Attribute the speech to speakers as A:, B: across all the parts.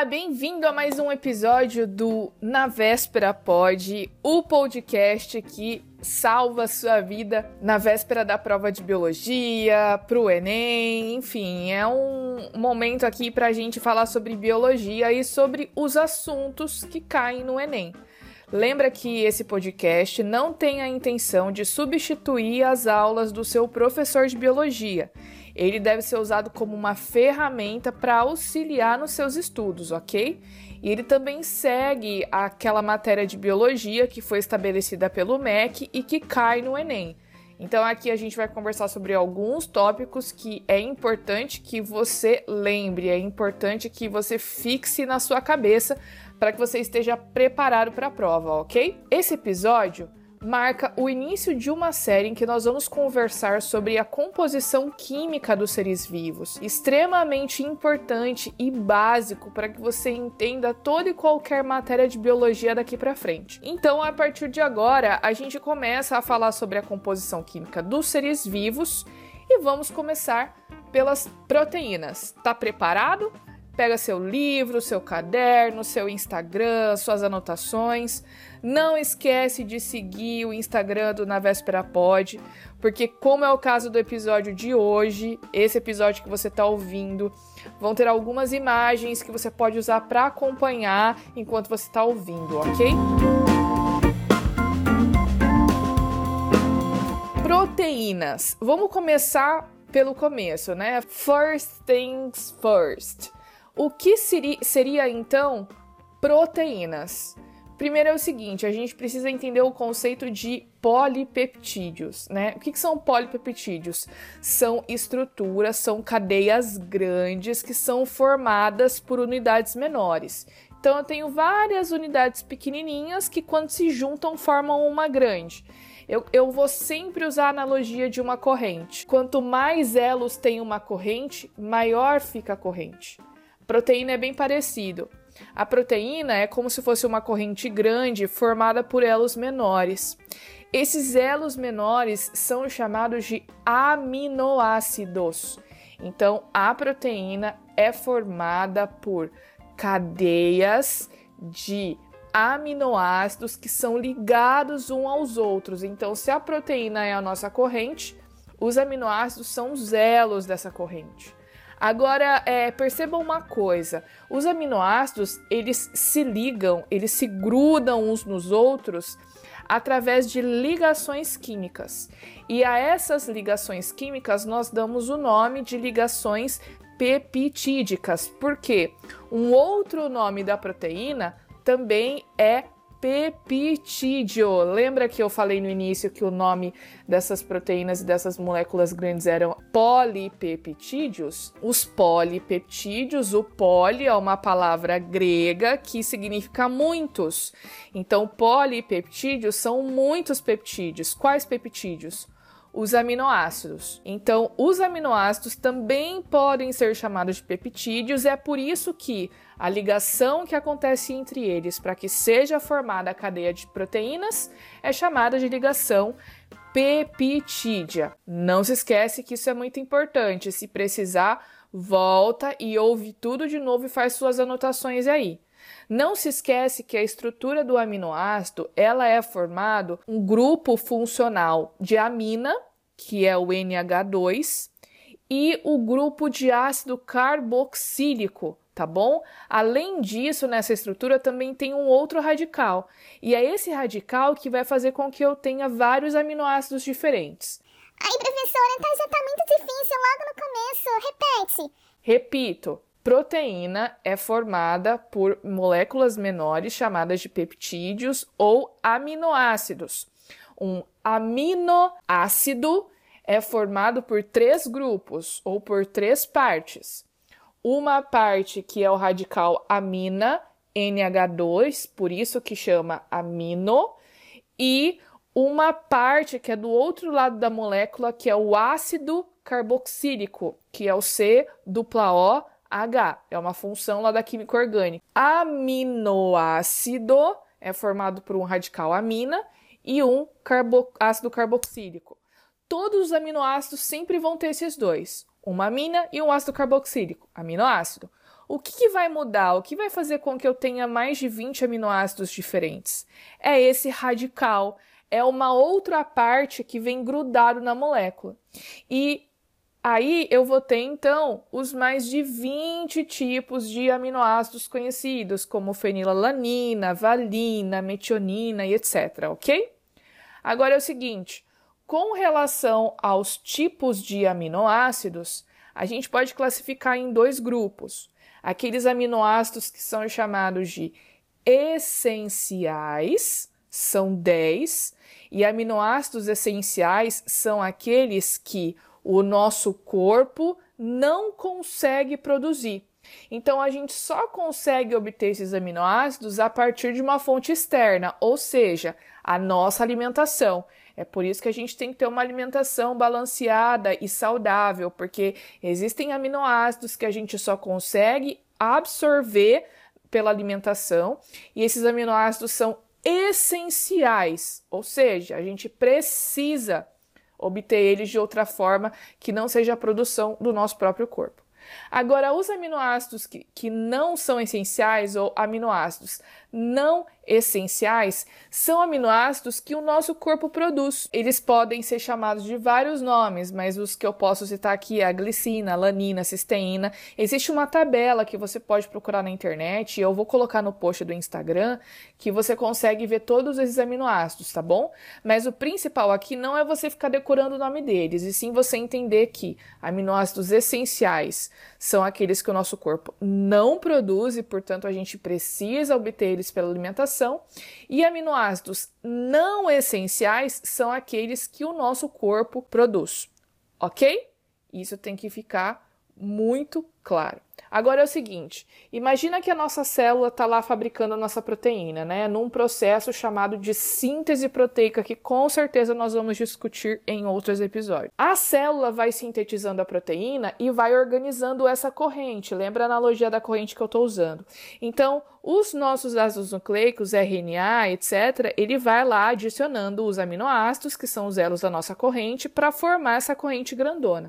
A: Olá, bem-vindo a mais um episódio do Na Véspera Pod, o podcast que salva a sua vida na véspera da prova de biologia, pro Enem, enfim, é um momento aqui pra gente falar sobre biologia e sobre os assuntos que caem no Enem. Lembra que esse podcast não tem a intenção de substituir as aulas do seu professor de biologia. Ele deve ser usado como uma ferramenta para auxiliar nos seus estudos, ok? E ele também segue aquela matéria de biologia que foi estabelecida pelo MEC e que cai no Enem. Então aqui a gente vai conversar sobre alguns tópicos que é importante que você lembre, é importante que você fixe na sua cabeça para que você esteja preparado para a prova, ok? Esse episódio marca o início de uma série em que nós vamos conversar sobre a composição química dos seres vivos, extremamente importante e básico para que você entenda toda e qualquer matéria de biologia daqui para frente. Então, a partir de agora, a gente começa a falar sobre a composição química dos seres vivos e vamos começar pelas proteínas. Tá preparado? Pega seu livro, seu caderno, seu Instagram, suas anotações. Não esquece de seguir o Instagram do Na Véspera Pod, porque como é o caso do episódio de hoje, esse episódio que você está ouvindo, vão ter algumas imagens que você pode usar para acompanhar enquanto você está ouvindo, ok? Proteínas. Vamos começar pelo começo, né? First things first. O que seria, então, proteínas? Primeiro é o seguinte, a gente precisa entender o conceito de polipeptídeos, né? O que são polipeptídeos? São estruturas, são cadeias grandes que são formadas por unidades menores. Então, eu tenho várias unidades pequenininhas que, quando se juntam, formam uma grande. Eu vou sempre usar a analogia de uma corrente. Quanto mais elos tem uma corrente, maior fica a corrente. Proteína é bem parecido. A proteína é como se fosse uma corrente grande formada por elos menores. Esses elos menores são chamados de aminoácidos. Então, a proteína é formada por cadeias de aminoácidos que são ligados uns aos outros. Então, se a proteína é a nossa corrente, os aminoácidos são os elos dessa corrente. Agora, percebam uma coisa, os aminoácidos, eles se ligam, eles se grudam uns nos outros através de ligações químicas. E a essas ligações químicas nós damos o nome de ligações peptídicas. Por quê? Um outro nome da proteína também é peptídeo. Lembra que eu falei no início que o nome dessas proteínas e dessas moléculas grandes eram polipeptídeos? Os polipeptídeos, o poli é uma palavra grega que significa muitos. Então, polipeptídeos são muitos peptídeos. Quais peptídeos? Os aminoácidos. Então, os aminoácidos também podem ser chamados de peptídeos, e é por isso que a ligação que acontece entre eles para que seja formada a cadeia de proteínas é chamada de ligação peptídea. Não se esquece que isso é muito importante. Se precisar, volta e ouve tudo de novo e faz suas anotações aí. Não se esquece que a estrutura do aminoácido, ela é formado um grupo funcional de amina, que é o NH2, e o grupo de ácido carboxílico, tá bom? Além disso, nessa estrutura também tem um outro radical, e é esse radical que vai fazer com que eu tenha vários aminoácidos diferentes.
B: Ai, professora, tá muito difícil logo no começo, repete.
A: Repito. Proteína é formada por moléculas menores chamadas de peptídeos ou aminoácidos. Um aminoácido é formado por 3 grupos ou por 3 partes. Uma parte que é o radical amina, NH2, por isso que chama amino, e uma parte que é do outro lado da molécula, que é o ácido carboxílico, que é o COO H, é uma função lá da química orgânica. Aminoácido é formado por um radical amina e um ácido carboxílico. Todos os aminoácidos sempre vão ter esses dois, uma amina e um ácido carboxílico, aminoácido. O que vai mudar? O que vai fazer com que eu tenha mais de 20 aminoácidos diferentes? É esse radical, é uma outra parte que vem grudado na molécula. E aí eu vou ter, então, os mais de 20 tipos de aminoácidos conhecidos, como fenilalanina, valina, metionina e etc, ok? Agora é o seguinte, com relação aos tipos de aminoácidos, a gente pode classificar em dois grupos. Aqueles aminoácidos que são chamados de essenciais, são 10, e aminoácidos essenciais são aqueles que o nosso corpo não consegue produzir. Então, a gente só consegue obter esses aminoácidos a partir de uma fonte externa, ou seja, a nossa alimentação. É por isso que a gente tem que ter uma alimentação balanceada e saudável, porque existem aminoácidos que a gente só consegue absorver pela alimentação, e esses aminoácidos são essenciais, ou seja, a gente precisa obter eles de outra forma que não seja a produção do nosso próprio corpo. Agora, os aminoácidos que não são essenciais ou aminoácidos não essenciais são aminoácidos que o nosso corpo produz. Eles podem ser chamados de vários nomes, mas os que eu posso citar aqui é a glicina, alanina, cisteína. Existe uma tabela que você pode procurar na internet, e eu vou colocar no post do Instagram, que você consegue ver todos esses aminoácidos, tá bom? Mas o principal aqui não é você ficar decorando o nome deles, e sim você entender que aminoácidos essenciais são aqueles que o nosso corpo não produz e, portanto, a gente precisa obter eles pela alimentação, e aminoácidos não essenciais são aqueles que o nosso corpo produz, ok? Isso tem que ficar muito claro. Agora é o seguinte, imagina que a nossa célula está lá fabricando a nossa proteína, né? Num processo chamado de síntese proteica, que com certeza nós vamos discutir em outros episódios. A célula vai sintetizando a proteína e vai organizando essa corrente. Lembra a analogia da corrente que eu estou usando? Então, os nossos ácidos nucleicos, RNA, etc., ele vai lá adicionando os aminoácidos, que são os elos da nossa corrente, para formar essa corrente grandona.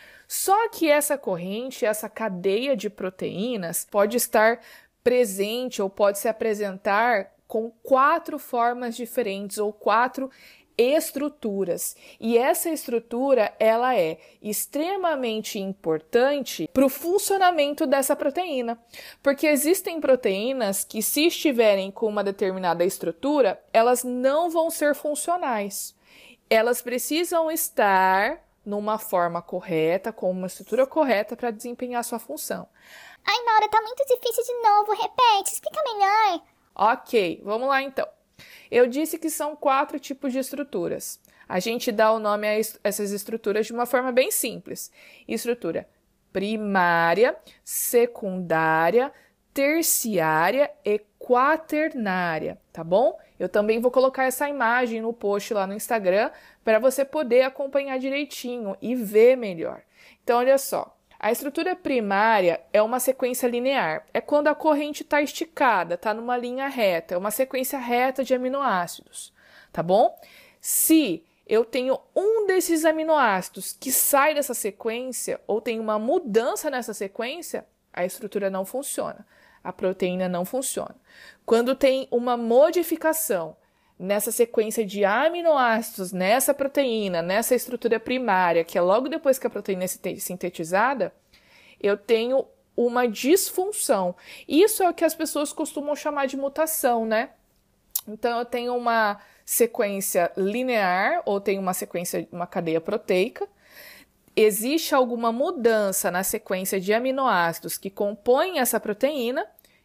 A: Só que essa corrente, essa cadeia de proteínas, pode estar presente ou pode se apresentar com 4 formas diferentes ou 4 estruturas. E essa estrutura, ela é extremamente importante para o funcionamento dessa proteína. Porque existem proteínas que, se estiverem com uma determinada estrutura, elas não vão ser funcionais. Elas precisam estar numa forma correta, com uma estrutura correta para desempenhar sua função.
B: Ai, Maura, tá muito difícil de novo. Repete, explica melhor.
A: Ok, vamos lá então. Eu disse que são 4 tipos de estruturas. A gente dá o nome a essas estruturas de uma forma bem simples. Estrutura primária, secundária, terciária e quaternária, tá bom? Eu também vou colocar essa imagem no post lá no Instagram para você poder acompanhar direitinho e ver melhor. Então, olha só. A estrutura primária é uma sequência linear. É quando a corrente está esticada, está numa linha reta. É uma sequência reta de aminoácidos, tá bom? Se eu tenho um desses aminoácidos que sai dessa sequência ou tem uma mudança nessa sequência, a estrutura não funciona. A proteína não funciona. Quando tem uma modificação nessa sequência de aminoácidos, nessa proteína, nessa estrutura primária, que é logo depois que a proteína é sintetizada, eu tenho uma disfunção. Isso é o que as pessoas costumam chamar de mutação, né? Então, eu tenho uma sequência linear, ou tenho uma cadeia proteica. Existe alguma mudança na sequência de aminoácidos que compõem essa proteína.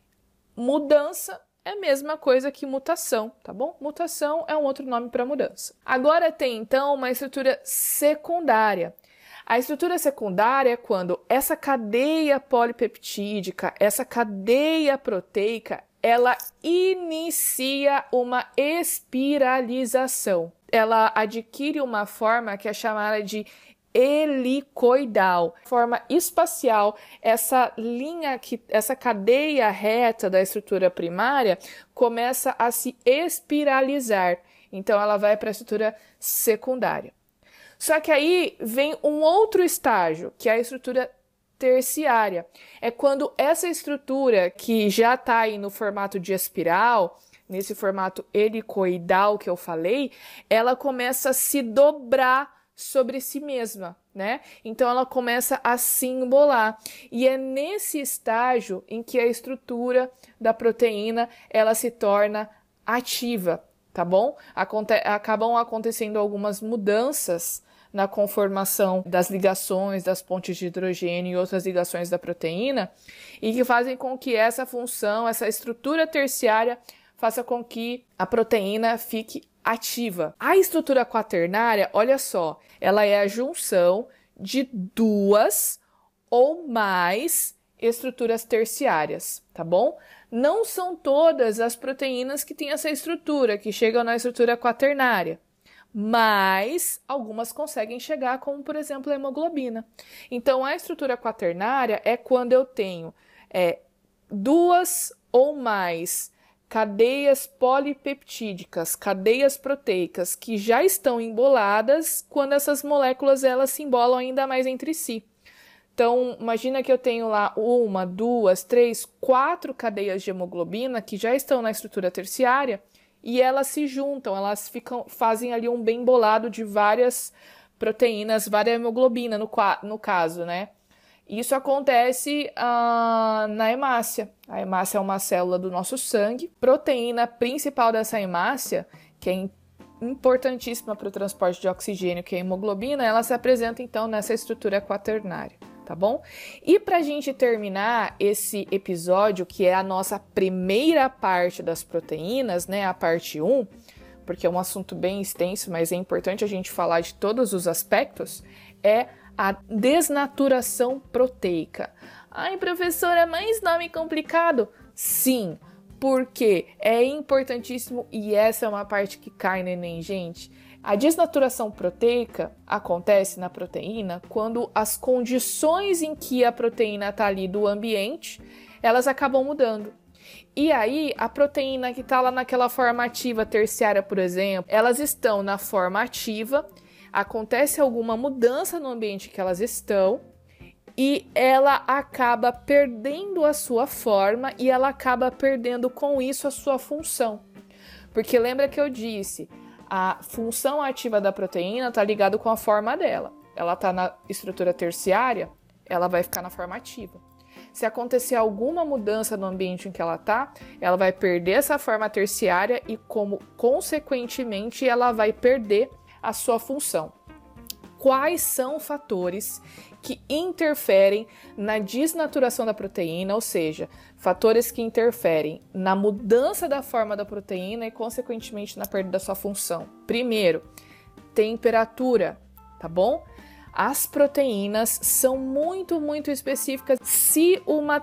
A: Mudança é a mesma coisa que mutação, tá bom? Mutação é um outro nome para mudança. Agora tem, então, uma estrutura secundária. A estrutura secundária é quando essa cadeia polipeptídica, essa cadeia proteica, ela inicia uma espiralização. Ela adquire uma forma que é chamada de helicoidal, forma espacial. Essa cadeia reta da estrutura primária começa a se espiralizar. Então, ela vai para a estrutura secundária. Só que aí vem um outro estágio, que é a estrutura terciária. É quando essa estrutura que já está aí no formato de espiral, nesse formato helicoidal que eu falei, ela começa a se dobrar sobre si mesma, né? Então ela começa a se embolar. E é nesse estágio em que a estrutura da proteína ela se torna ativa, tá bom? Acabam acontecendo algumas mudanças na conformação das ligações, das pontes de hidrogênio e outras ligações da proteína, e que fazem com que essa função, essa estrutura terciária, faça com que a proteína fique ativa. A estrutura quaternária, olha só, ela é a junção de duas ou mais estruturas terciárias, tá bom? Não são todas as proteínas que têm essa estrutura, que chegam na estrutura quaternária, mas algumas conseguem chegar, como por exemplo a hemoglobina. Então a estrutura quaternária é quando eu tenho duas ou mais cadeias polipeptídicas, cadeias proteicas que já estão emboladas quando essas moléculas elas se embolam ainda mais entre si. Então, imagina que eu tenho lá 1, 2, 3, 4 cadeias de hemoglobina que já estão na estrutura terciária e elas se juntam, elas fazem ali um bem bolado de várias proteínas, várias hemoglobina no caso, né? Isso acontece na hemácia. A hemácia é uma célula do nosso sangue. Proteína principal dessa hemácia, que é importantíssima para o transporte de oxigênio, que é a hemoglobina, ela se apresenta então nessa estrutura quaternária, tá bom? E para a gente terminar esse episódio, que é a nossa primeira parte das proteínas, né, a parte 1, porque é um assunto bem extenso, mas é importante a gente falar de todos os aspectos, é a desnaturação proteica. Ai, professora, mas nome complicado? Sim, porque é importantíssimo e essa é uma parte que cai no Enem, gente. A desnaturação proteica acontece na proteína quando as condições em que a proteína está ali do ambiente, elas acabam mudando. E aí, a proteína que está lá naquela forma ativa terciária, por exemplo, elas estão na forma ativa, acontece alguma mudança no ambiente que elas estão e ela acaba perdendo a sua forma e ela acaba perdendo com isso a sua função. Porque lembra que eu disse, a função ativa da proteína está ligada com a forma dela. Ela está na estrutura terciária, ela vai ficar na forma ativa. Se acontecer alguma mudança no ambiente em que ela está, ela vai perder essa forma terciária e, como consequentemente, ela vai perder a sua função. Quais são fatores que interferem na desnaturação da proteína, ou seja, fatores que interferem na mudança da forma da proteína e, consequentemente, na perda da sua função? Primeiro, temperatura, tá bom? As proteínas são muito específicas. Se uma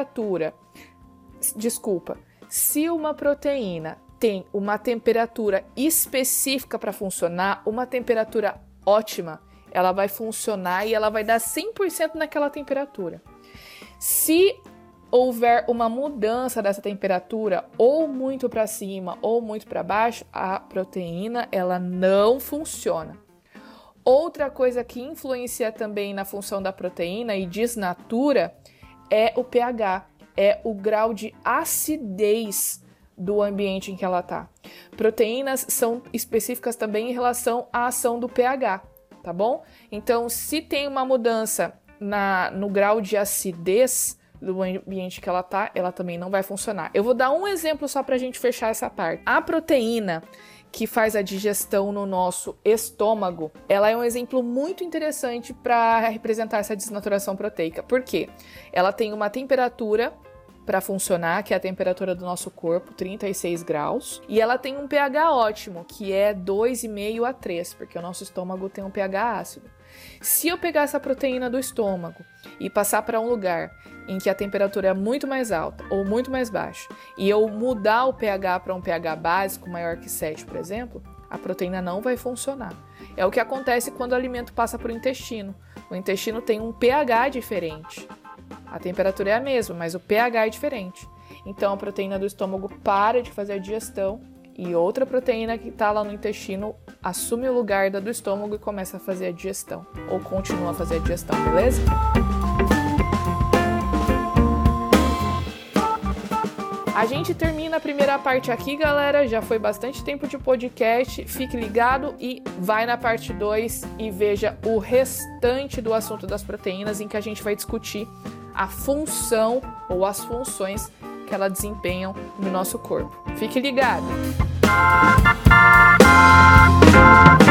A: proteína tem uma temperatura específica para funcionar, uma temperatura ótima, ela vai funcionar e ela vai dar 100% naquela temperatura. Se houver uma mudança dessa temperatura, ou muito para cima ou muito para baixo, a proteína ela não funciona. Outra coisa que influencia também na função da proteína e desnatura é o pH, é o grau de acidez do ambiente em que ela está. Proteínas são específicas também em relação à ação do pH, tá bom? Então, se tem uma mudança no grau de acidez do ambiente que ela está, ela também não vai funcionar. Eu vou dar um exemplo só para a gente fechar essa parte. A proteína que faz a digestão no nosso estômago, ela é um exemplo muito interessante para representar essa desnaturação proteica. Por quê? Ela tem uma temperatura para funcionar, que é a temperatura do nosso corpo, 36 graus, e ela tem um pH ótimo, que é 2,5 a 3, porque o nosso estômago tem um pH ácido. Se eu pegar essa proteína do estômago e passar para um lugar em que a temperatura é muito mais alta ou muito mais baixa, e eu mudar o pH para um pH básico maior que 7, por exemplo, a proteína não vai funcionar. É o que acontece quando o alimento passa para o intestino. O intestino tem um pH diferente. A temperatura é a mesma, mas o pH é diferente. Então a proteína do estômago para de fazer a digestão e outra proteína que está lá no intestino assume o lugar da do estômago e começa a fazer a digestão. Ou continua a fazer a digestão, beleza? A gente termina a primeira parte aqui, galera. Já foi bastante tempo de podcast. Fique ligado e vai na parte 2 e veja o restante do assunto das proteínas, em que a gente vai discutir a função ou as funções que elas desempenham no nosso corpo. Fique ligado!